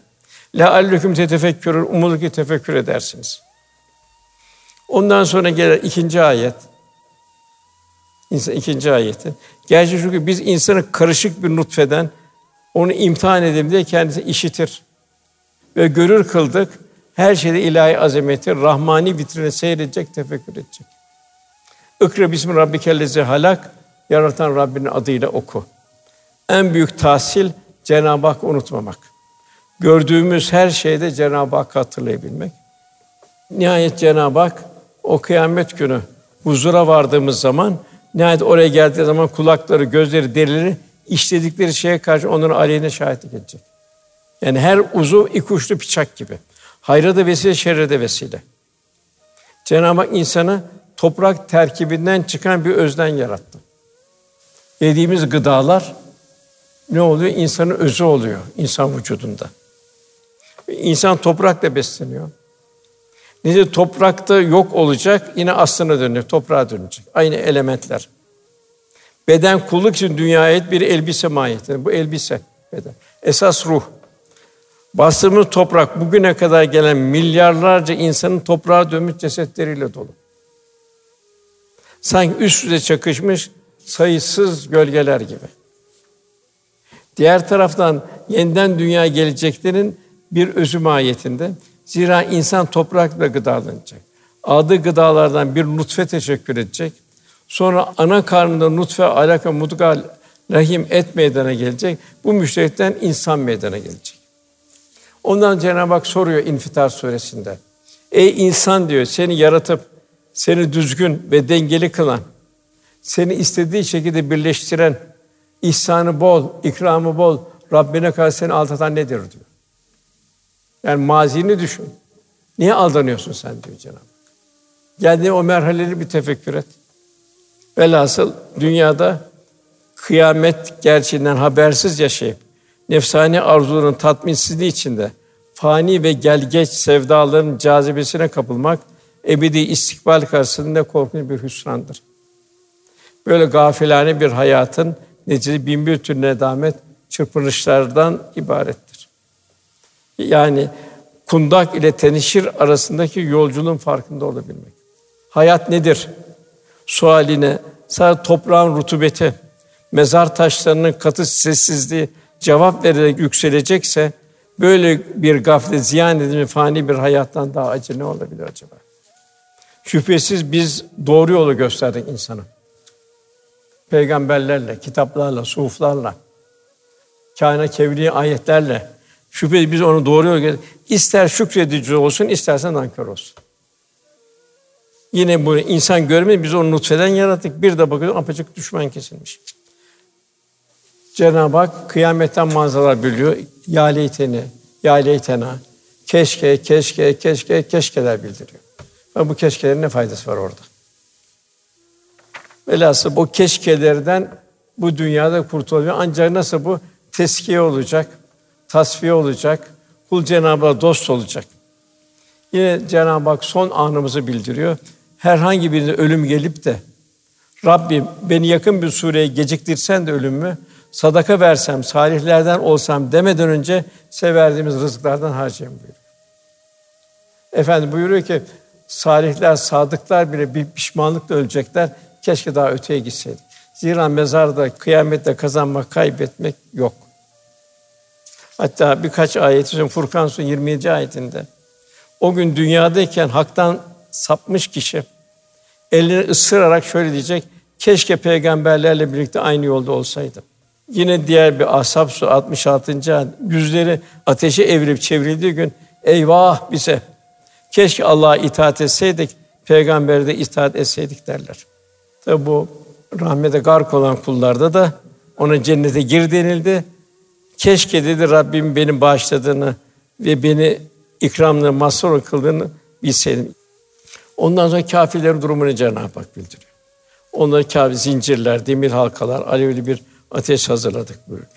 Speaker 2: لَعَلَّكُمْ تَتَفَكَّرُونَ umulur ki tefekkür edersiniz. Ondan sonra gelen ikinci ayet. İnsan ikinci ayeti. Gerçi çünkü biz insanı karışık bir nutfeden onu imtihan edelim diye kendisi işitir ve görür kıldık. Her şeyde ilahi azameti, rahmani vitrine seyredecek, tefekkür edecek. İkra bismi rabbikellezî halak, yaratan Rabbinin adıyla oku. En büyük tahsil Cenab-ı Hakk'ı unutmamak. Gördüğümüz her şeyde Cenab-ı Hakk'ı hatırlayabilmek. Nihayet Cenab-ı Hak o kıyamet günü huzura vardığımız zaman, nihayet oraya geldiği zaman kulakları, gözleri, derileri işledikleri şeye karşı onların aleyhine şahitlik edecek. Yani her uzuv iki uçlu bıçak gibi. Hayra da vesile, şerre de vesile. Cenab-ı Hak insanı toprak terkibinden çıkan bir özden yarattı. Yediğimiz gıdalar ne oluyor? İnsanın özü oluyor insan vücudunda. İnsan toprakla besleniyor. Neyse toprakta yok olacak, yine aslına dönüyor, toprağa dönecek. Aynı elementler. Beden kulluk için dünyaya ait bir elbise mahiyetinde. Bu elbise beden. Esas ruh. Bastığımız toprak bugüne kadar gelen milyarlarca insanın toprağa dönmüş cesetleriyle dolu. Sanki üst üste çakışmış sayısız gölgeler gibi. Diğer taraftan yeniden dünyaya geleceklerin bir özü mahiyetinde. Zira insan toprakla gıdalanacak. Aldığı gıdalardan bir nutfe teşekkür edecek. Sonra ana karnında nutfe, alaka, mudgal, rahim, et meydana gelecek. Bu müşterikten insan meydana gelecek. Ondan Cenab-ı Hak soruyor İnfitar suresinde. Ey insan diyor, seni yaratıp seni düzgün ve dengeli kılan, seni istediği şekilde birleştiren, ihsanı bol, ikramı bol, Rabbine karşı seni aldatan nedir diyor. Yani mazini düşün. Niye aldanıyorsun sen diyor Cenab-ı Hak. Geldiğin o merhaleleri bir tefekkür et. Velhasıl dünyada kıyamet gerçeğinden habersiz yaşayıp nefsani arzuların tatminsizliği içinde fani ve gelgeç sevdaların cazibesine kapılmak ebedi istikbal karşısında korkunç bir hüsrandır. Böyle gafilane bir hayatın neticesi bin bir türlü nedamet, çırpınışlardan ibarettir. Yani kundak ile teneşir arasındaki yolculuğun farkında olabilmek. Hayat nedir? Sualine sadece toprağın rutubeti, mezar taşlarının katı sessizliği cevap vererek yükselecekse, böyle bir gaflet, ziyan edilmiş fani bir hayattan daha acı ne olabilir acaba? Şüphesiz biz doğru yolu gösterdik insana. Peygamberlerle, kitaplarla, suhuflarla, kainat kevni ayetlerle. Şüphesiz biz onu doğru yolu gösterdik. İster şükredici olsun, istersen nankör olsun. Yine bu insan görmeyi biz onu nutfeden yarattık. Bir de bakıyoruz apaçık düşman kesilmiş. Cenab-ı Hak kıyametten manzaralar bildiriyor. Ya leyteni, ya leytena. Keşke, keşke, keşke, keşkeler bildiriyor. Ama bu keşkelerin ne faydası var orada? Velhasıl o keşkelerden bu dünyada kurtulabilir. Ancak nasıl bu? Teskiye olacak, tasfiye olacak, kul Cenab-ı Hak dost olacak. Yine Cenab-ı Hak son anımızı bildiriyor. Herhangi birine ölüm gelip de Rabbim beni yakın bir sureye geciktirsen de ölümümü, sadaka versem, salihlerden olsam demeden önce size verdiğimiz rızıklardan harcayın buyuruyor. Efendim buyuruyor ki salihler, sadıklar bile bir pişmanlıkla ölecekler. Keşke daha öteye gitseydik. Zira mezarda, kıyamette kazanmak, kaybetmek yok. Hatta birkaç ayet, Furkan Suresi yirmi yedinci ayetinde o gün dünyadayken haktan sapmış kişi elini ısırarak şöyle diyecek: keşke peygamberlerle birlikte aynı yolda olsaydım. Yine diğer bir Ashab Suresi altmış altıncı ayet, yüzleri ateşe evrilip çevrildiği gün eyvah bize. Keşke Allah'a itaat etseydik, peygambere de itaat etseydik derler. Tabi bu rahmete gark olan kullarda da ona cennete gir denildi. Keşke dedi Rabbim benim bağışladığını ve beni ikramla mazhar kıldığını bilseydim. Ondan sonra kâfirlerin durumunu Cenab-ı Hak bildiriyor. Onlara kâfir zincirler, demir halkalar, alevli bir ateş hazırladık buyuruyor.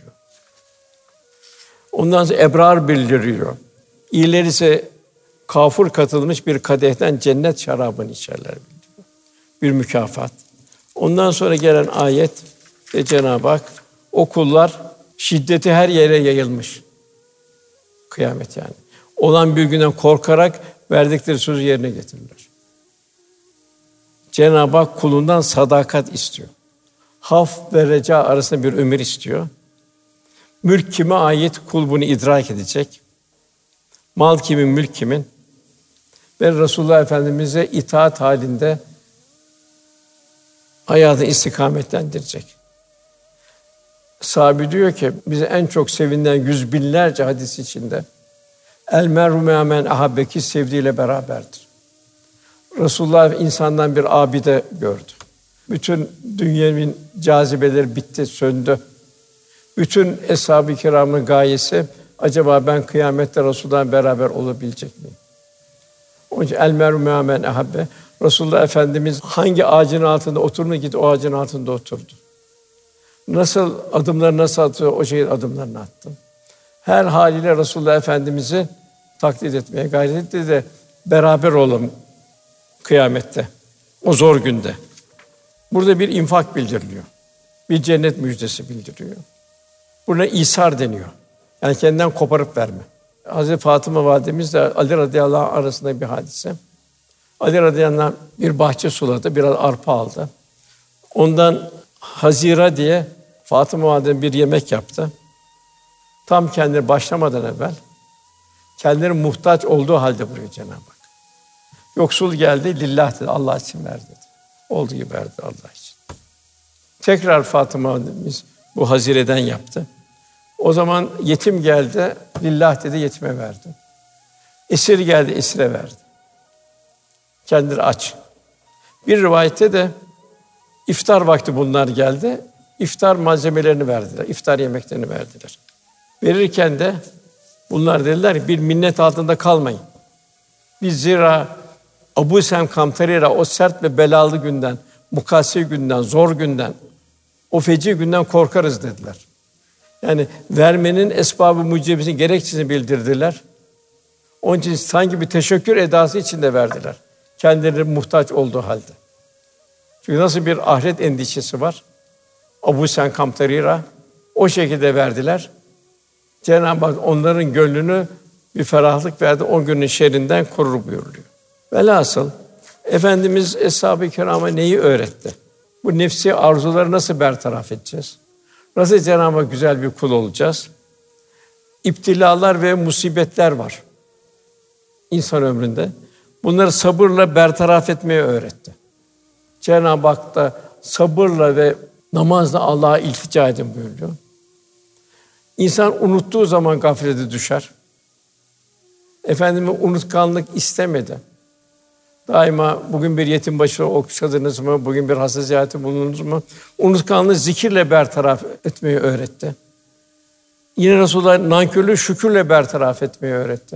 Speaker 2: Ondan sonra ebrar bildiriyor. İyiler ise kafur katılmış bir kadehten cennet şarabını içerler bildiriyor. Bir mükafat. Ondan sonra gelen ayet ve Cenab-ı Hak o kullar şiddeti her yere yayılmış. Kıyamet yani. olan bir günden korkarak verdikleri sözü yerine getirirler. Cenab-ı Hak kulundan sadakat istiyor. Havf ve reca arasında bir ömür istiyor. Mülk kime ait? Kul bunu idrak edecek. Mal kimin, mülk kimin? Ve Resulullah Efendimiz'e itaat halinde hayatını istikametlendirecek. Sahabe diyor ki, bize en çok sevilen yüz binlerce hadis içinde el mer'u me'a men ahabbeki sevdiğiyle beraberdir. Resulullah insandan bir abide gördü. Bütün dünyenin cazibeleri bitti, söndü. Bütün eshab-ı kiramın gayesi, acaba ben kıyamette Resulullah'la beraber olabilecek miyim? Onun için el mer'u me'a men ahabbe. Resulullah Efendimiz hangi ağacın altında oturduğuna gitti, o ağacın altında oturdu. Nasıl adımları nasıl atıyor, o şekilde adımlarını attı. Her haliyle Resulullah Efendimiz'i taklit etmeye gayret etti de beraber olalım kıyamette, o zor günde. Burada bir infak bildiriliyor. Bir cennet müjdesi bildiriyor. Buna İsar deniyor. Yani kendinden koparıp verme. Hazreti Fatıma validemiz de Ali radıyallahu anh arasında bir hadise. Ali radıyallahu anh bir bahçe suladı, biraz arpa aldı. Ondan hazira diye Fatıma validemiz bir yemek yaptı. Tam kendine başlamadan evvel kendileri muhtaç olduğu halde buyuruyor Cenab-ı Hak. Yoksul geldi, lillah dedi, Allah için ver dedi. Olduğu gibi verdi Allah için. Tekrar Fatıma validemiz bu hazireden yaptı. O zaman yetim geldi, lillah dedi, yetime verdi. Esir geldi, esire verdi. Kendileri aç. Bir rivayette de iftar vakti bunlar geldi. İftar malzemelerini verdiler, iftar yemeklerini verdiler. Verirken de bunlar dediler, bir minnet altında kalmayın. Biz zira Abu Sem Kamtarira o sert ve belalı günden, mukassi günden, zor günden, o feci günden korkarız dediler. Yani vermenin esbab-ı mucibesini, gerekçesini bildirdiler. Onun için sanki bir teşekkür edası içinde verdiler. Kendileri muhtaç olduğu halde. Çünkü nasıl bir ahiret endişesi var? Abu Sem Kamtarira o şekilde verdiler. Cenab-ı Hak onların gönlünü bir ferahlık verdi. O günün şerrinden korur buyuruluyor. Velhasıl Efendimiz eshab-ı kirama neyi öğretti? Bu nefsi arzuları nasıl bertaraf edeceğiz? Nasıl Cenab-ı Hak güzel bir kul olacağız? İptilalar ve musibetler var insan ömründe. Bunları sabırla bertaraf etmeyi öğretti. Cenab-ı Hak da sabırla ve namazla Allah'a iltica edin buyuruyor. İnsan unuttuğu zaman gaflete düşer. Efendimiz unutkanlık istemedi. Daima bugün bir yetim başı okşadınız mı? Bugün bir hasta ziyareti bulundunuz mu? Unutkanlığı zikirle bertaraf etmeyi öğretti. Yine Resulullah nankörlüğü şükürle bertaraf etmeyi öğretti.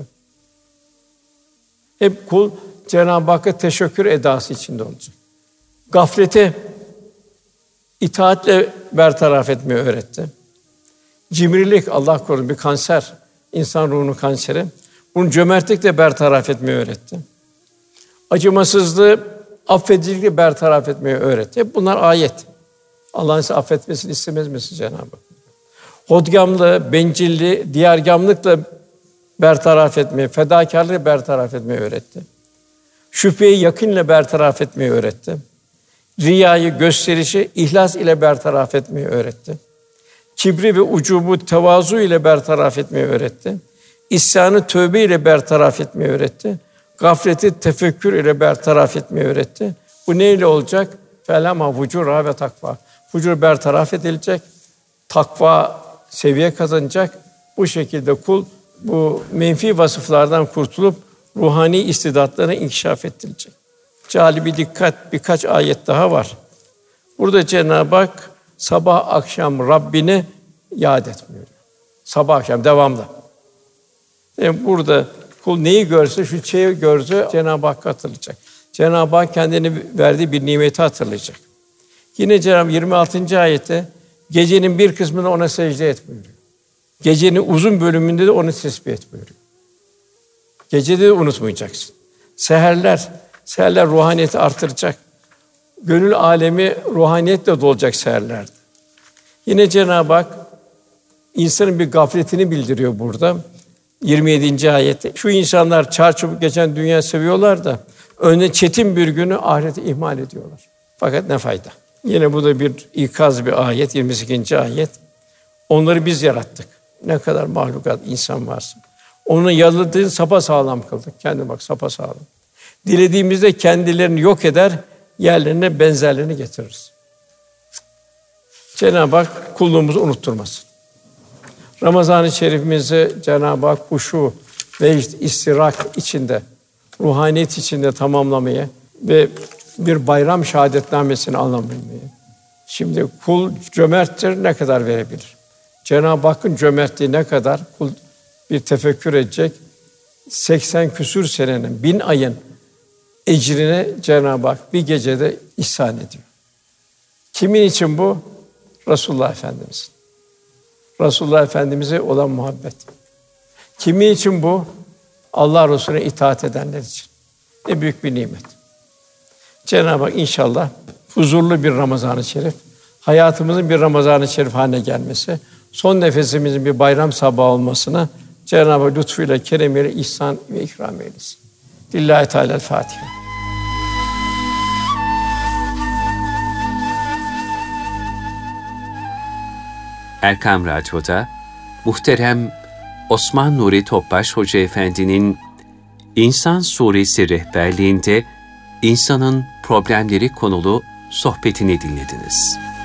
Speaker 2: Hep kul Cenab-ı Hakk'a teşekkür edası içinde olacak. Gafleti itaatle bertaraf etmeyi öğretti. Cimrilik, Allah korusun, bir kanser, insan ruhunun kanseri. Bunu cömertlikle bertaraf etmeyi öğretti. Acımasızlığı affedicilikle bertaraf etmeyi öğretti. Hep bunlar ayet. Allah'ın sizi affetmesini istemez misin Cenab-ı Hak? Hodgamlığı, bencilliği, diyargâmlıkla bertaraf etmeyi, fedakârlığı bertaraf etmeyi öğretti. Şüpheyi yakînle bertaraf etmeyi öğretti. Riyayı, gösterişi ihlas ile bertaraf etmeyi öğretti. Kibri ve ucubu tevazu ile bertaraf etmeyi öğretti. İsyanı tövbe ile bertaraf etmeyi öğretti. Gafleti tefekkür ile bertaraf etmeyi öğretti. Bu neyle olacak? Felama vucura ve takva. Fucur bertaraf edilecek. Takva seviye kazanacak. Bu şekilde kul bu menfi vasıflardan kurtulup ruhani istidatlarını inkişaf ettirilecek. Câli dikkat, birkaç ayet daha var. Burada Cenab-ı Hak sabah akşam Rabbini yad etmiyor. Sabah akşam devamlı. Yani burada kul neyi görse, şu şeyi görse Cenab-ı Hakk'ı hatırlayacak. Cenab-ı Hak kendini verdiği bir nimeti hatırlayacak. Yine Cenab-ı Hak yirmi altıncı ayette gecenin bir kısmında ona secde et buyuruyor. Gecenin uzun bölümünde de onu tesbih et buyuruyor. Gecede de unutmayacaksın. Seherler, seherler ruhaniyeti artıracak. Gönül alemi ruhaniyetle dolacak seherlerde. Yine Cenab-ı Hak insanın bir gafletini bildiriyor burada. yirmi yedinci ayette şu insanlar çarçabuk geçen dünya seviyorlar da önüne çetin bir günü ahireti ihmal ediyorlar. Fakat ne fayda? Yine bu da bir ikaz bir ayet, yirmi sekizinci ayet. Onları biz yarattık. Ne kadar mahlukat, insan varsa. Onu yalıttığın sapasağlam kıldık. Kendine bak, sapasağlam. Dilediğimizde kendilerini yok eder, yerlerine benzerlerini getiririz. Cenab-ı Hak kulluğumuzu unutturmasın. Ramazan-ı Şerifimizi Cenab-ı Hak huşu ve istirak içinde, ruhaniyet içinde tamamlamayı ve bir bayram şahadetnamesini anlamayı. Şimdi kul cömerttir, ne kadar verebilir? Cenab-ı Hakk'ın cömertliği ne kadar? Kul bir tefekkür edecek. seksen küsur senenin, bin ayın ecrini Cenab-ı Hak bir gecede ihsan ediyor. Kimin için bu? Resulullah Efendimiz. Resulullah Efendimiz'e olan muhabbet. Kimin için bu? Allah Resulüne itaat edenler için. Ne büyük bir nimet. Cenab-ı Hak inşallah huzurlu bir Ramazan-ı Şerif, hayatımızın bir Ramazan-ı Şerif haline gelmesi, son nefesimizin bir bayram sabahı olmasına Cenab-ı Hak lütfuyla, keremiyle ihsan ve ikram eylesin. Lillahi Teala'l-Fatiha.
Speaker 1: Erkam Radyo'da muhterem Osman Nuri Topbaş Hoca Efendi'nin İnsan Suresi rehberliğinde insanın problemleri konulu sohbetini dinlediniz.